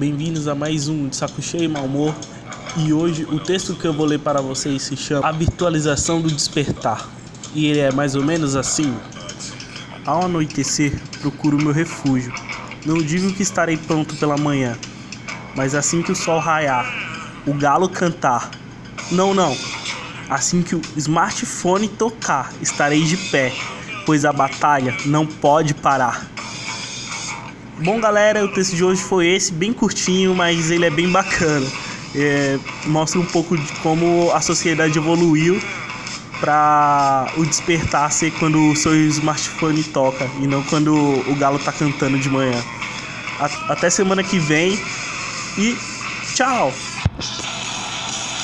bem-vindos a mais um de Saco Cheio e Mau Humor. E hoje o texto que eu vou ler para vocês se chama A Virtualização do Despertar. E ele é mais ou menos assim: ao anoitecer, procuro meu refúgio. Não digo que estarei pronto pela manhã, mas assim que o sol raiar, o galo cantar. Não, assim que o smartphone tocar, estarei de pé, pois a batalha não pode parar. Bom, galera, o texto de hoje foi esse, bem curtinho, mas ele é bem bacana. Mostra um pouco de como a sociedade evoluiu para o despertar ser quando o seu smartphone toca e não quando o galo tá cantando de manhã. Até semana que vem e tchau!